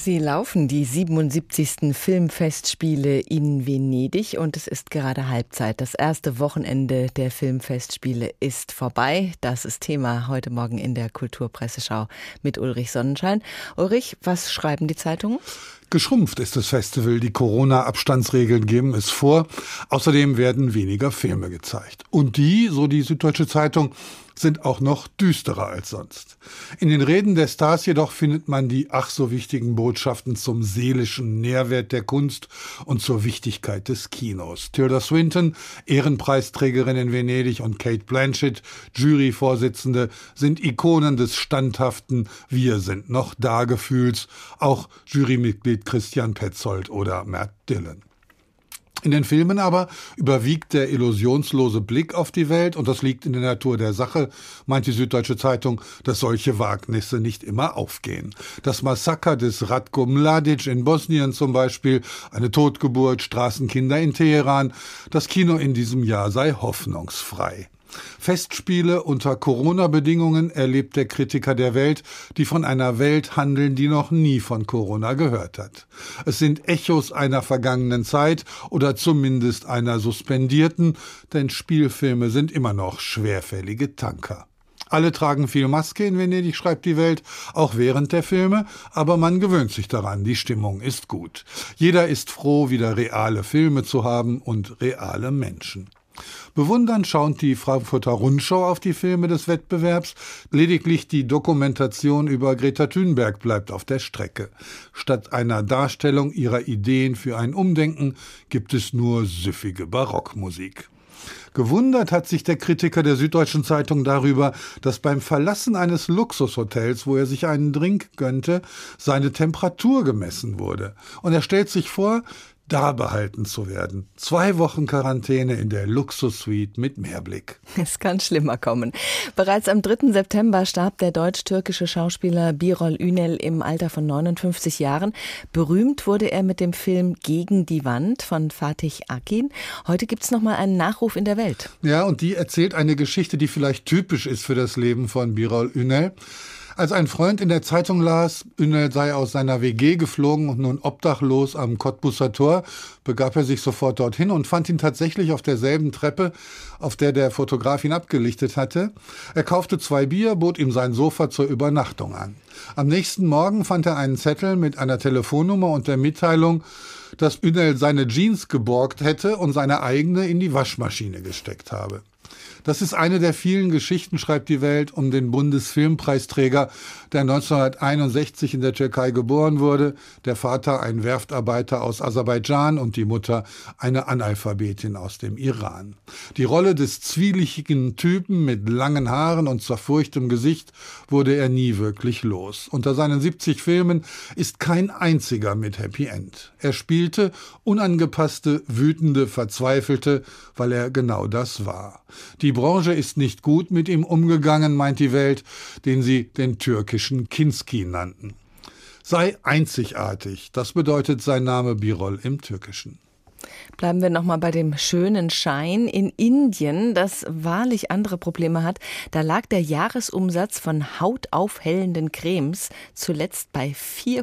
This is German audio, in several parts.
Sie laufen die 77. Filmfestspiele in Venedig und es ist gerade Halbzeit. Das erste Wochenende der Filmfestspiele ist vorbei. Das ist Thema heute Morgen in der Kulturpresseschau mit Ulrich Sonnenschein. Ulrich, was schreiben die Zeitungen? Geschrumpft ist das Festival, die Corona-Abstandsregeln geben es vor. Außerdem werden weniger Filme gezeigt. Und die, so die Süddeutsche Zeitung, sind auch noch düsterer als sonst. In den Reden der Stars jedoch findet man die ach so wichtigen Botschaften zum seelischen Nährwert der Kunst und zur Wichtigkeit des Kinos. Tilda Swinton, Ehrenpreisträgerin in Venedig, und Cate Blanchett, Juryvorsitzende, sind Ikonen des standhaften Wir sind noch da Gefühls, auch Jurymitglied Christian Petzold oder Matt Dillon. In den Filmen aber überwiegt der illusionslose Blick auf die Welt, und das liegt in der Natur der Sache, meint die Süddeutsche Zeitung, dass solche Wagnisse nicht immer aufgehen. Das Massaker des Ratko Mladic in Bosnien zum Beispiel, eine Totgeburt, Straßenkinder in Teheran, das Kino in diesem Jahr sei hoffnungsfrei. Festspiele unter Corona-Bedingungen erlebt der Kritiker der Welt, die von einer Welt handeln, die noch nie von Corona gehört hat. Es sind Echos einer vergangenen Zeit oder zumindest einer suspendierten, denn Spielfilme sind immer noch schwerfällige Tanker. Alle tragen viel Maske in Venedig, schreibt die Welt, auch während der Filme, aber man gewöhnt sich daran, die Stimmung ist gut. Jeder ist froh, wieder reale Filme zu haben und reale Menschen. Bewundernd schaut die Frankfurter Rundschau auf die Filme des Wettbewerbs. Lediglich die Dokumentation über Greta Thunberg bleibt auf der Strecke. Statt einer Darstellung ihrer Ideen für ein Umdenken gibt es nur süffige Barockmusik. Gewundert hat sich der Kritiker der Süddeutschen Zeitung darüber, dass beim Verlassen eines Luxushotels, wo er sich einen Drink gönnte, seine Temperatur gemessen wurde. Und er stellt sich vor, da behalten zu werden. 2 Wochen Quarantäne in der Luxussuite mit Meerblick. Es kann schlimmer kommen. Bereits am 3. September starb der deutsch-türkische Schauspieler Birol Ünel im Alter von 59 Jahren. Berühmt wurde er mit dem Film Gegen die Wand von Fatih Akin. Heute gibt's nochmal einen Nachruf in der Welt. Ja, und die erzählt eine Geschichte, die vielleicht typisch ist für das Leben von Birol Ünel. Als ein Freund in der Zeitung las, Ünel sei aus seiner WG geflogen und nun obdachlos am Cottbuser Tor, begab er sich sofort dorthin und fand ihn tatsächlich auf derselben Treppe, auf der der Fotograf ihn abgelichtet hatte. Er kaufte 2 Bier, bot ihm sein Sofa zur Übernachtung an. Am nächsten Morgen fand er einen Zettel mit einer Telefonnummer und der Mitteilung, dass Ünel seine Jeans geborgt hätte und seine eigene in die Waschmaschine gesteckt habe. Das ist eine der vielen Geschichten, schreibt die Welt, um den Bundesfilmpreisträger, der 1961 in der Türkei geboren wurde, der Vater ein Werftarbeiter aus Aserbaidschan und die Mutter eine Analphabetin aus dem Iran. Die Rolle des zwielichtigen Typen mit langen Haaren und zerfurchtem Gesicht wurde er nie wirklich los. Unter seinen 70 Filmen ist kein einziger mit Happy End. Er spielte unangepasste, wütende, verzweifelte, weil er genau das war. Die Branche ist nicht gut mit ihm umgegangen, meint die Welt, den sie den türkischen Kinski nannten. Sei einzigartig, das bedeutet sein Name Birol im Türkischen. Bleiben wir nochmal bei dem schönen Schein. In Indien, das wahrlich andere Probleme hat, da lag der Jahresumsatz von hautaufhellenden Cremes zuletzt bei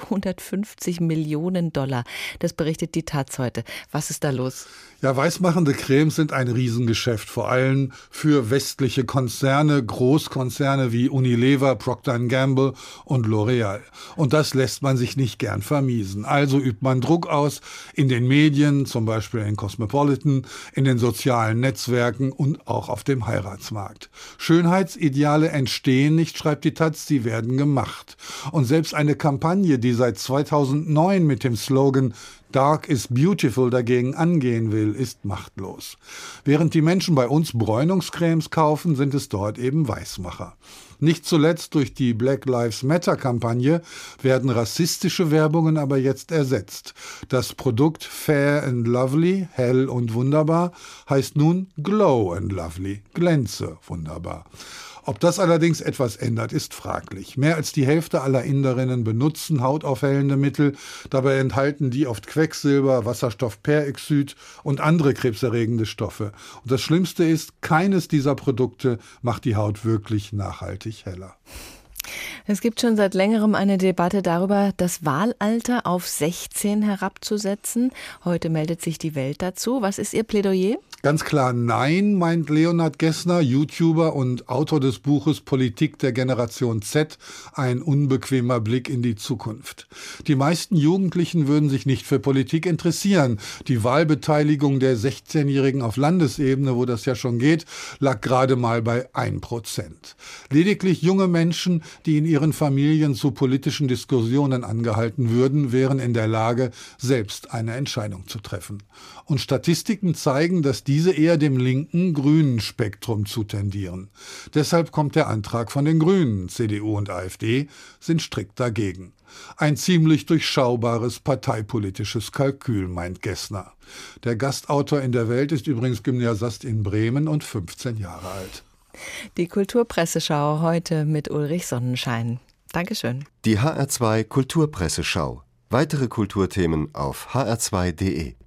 450 Millionen $. Das berichtet die Taz heute. Was ist da los? Ja, weißmachende Cremes sind ein Riesengeschäft, vor allem für westliche Konzerne, Großkonzerne wie Unilever, Procter & Gamble und L'Oreal. Und das lässt man sich nicht gern vermiesen. Also übt man Druck aus in den Medien, zum Beispiel in Cosmopolitan, in den sozialen Netzwerken und auch auf dem Heiratsmarkt. Schönheitsideale entstehen nicht, schreibt die Taz, sie werden gemacht. Und selbst eine Kampagne, die seit 2009 mit dem Slogan Dark is beautiful dagegen angehen will, ist machtlos. Während die Menschen bei uns Bräunungscremes kaufen, sind es dort eben Weißmacher. Nicht zuletzt durch die Black Lives Matter-Kampagne werden rassistische Werbungen aber jetzt ersetzt. Das Produkt Fair and Lovely, hell und wunderbar, heißt nun Glow and Lovely, glänze wunderbar. Ob das allerdings etwas ändert, ist fraglich. Mehr als die Hälfte aller Inderinnen benutzen hautaufhellende Mittel. Dabei enthalten die oft Quecksilber, Wasserstoffperoxid und andere krebserregende Stoffe. Und das Schlimmste ist, keines dieser Produkte macht die Haut wirklich nachhaltig heller. Es gibt schon seit längerem eine Debatte darüber, das Wahlalter auf 16 herabzusetzen. Heute meldet sich die Welt dazu. Was ist Ihr Plädoyer? Ganz klar nein, meint Leonhard Gessner, YouTuber und Autor des Buches Politik der Generation Z, ein unbequemer Blick in die Zukunft. Die meisten Jugendlichen würden sich nicht für Politik interessieren. Die Wahlbeteiligung der 16-Jährigen auf Landesebene, wo das ja schon geht, lag gerade mal bei 1%. Lediglich junge Menschen, die in ihren Familien zu politischen Diskussionen angehalten würden, wären in der Lage, selbst eine Entscheidung zu treffen. Und Statistiken zeigen, dass diese eher dem linken, grünen Spektrum zutendieren. Deshalb kommt der Antrag von den Grünen. CDU und AfD sind strikt dagegen. Ein ziemlich durchschaubares parteipolitisches Kalkül, meint Gessner. Der Gastautor in der Welt ist übrigens Gymnasiast in Bremen und 15 Jahre alt. Die Kulturpresseschau heute mit Ulrich Sonnenschein. Dankeschön. Die HR2 Kulturpresseschau. Weitere Kulturthemen auf hr2.de.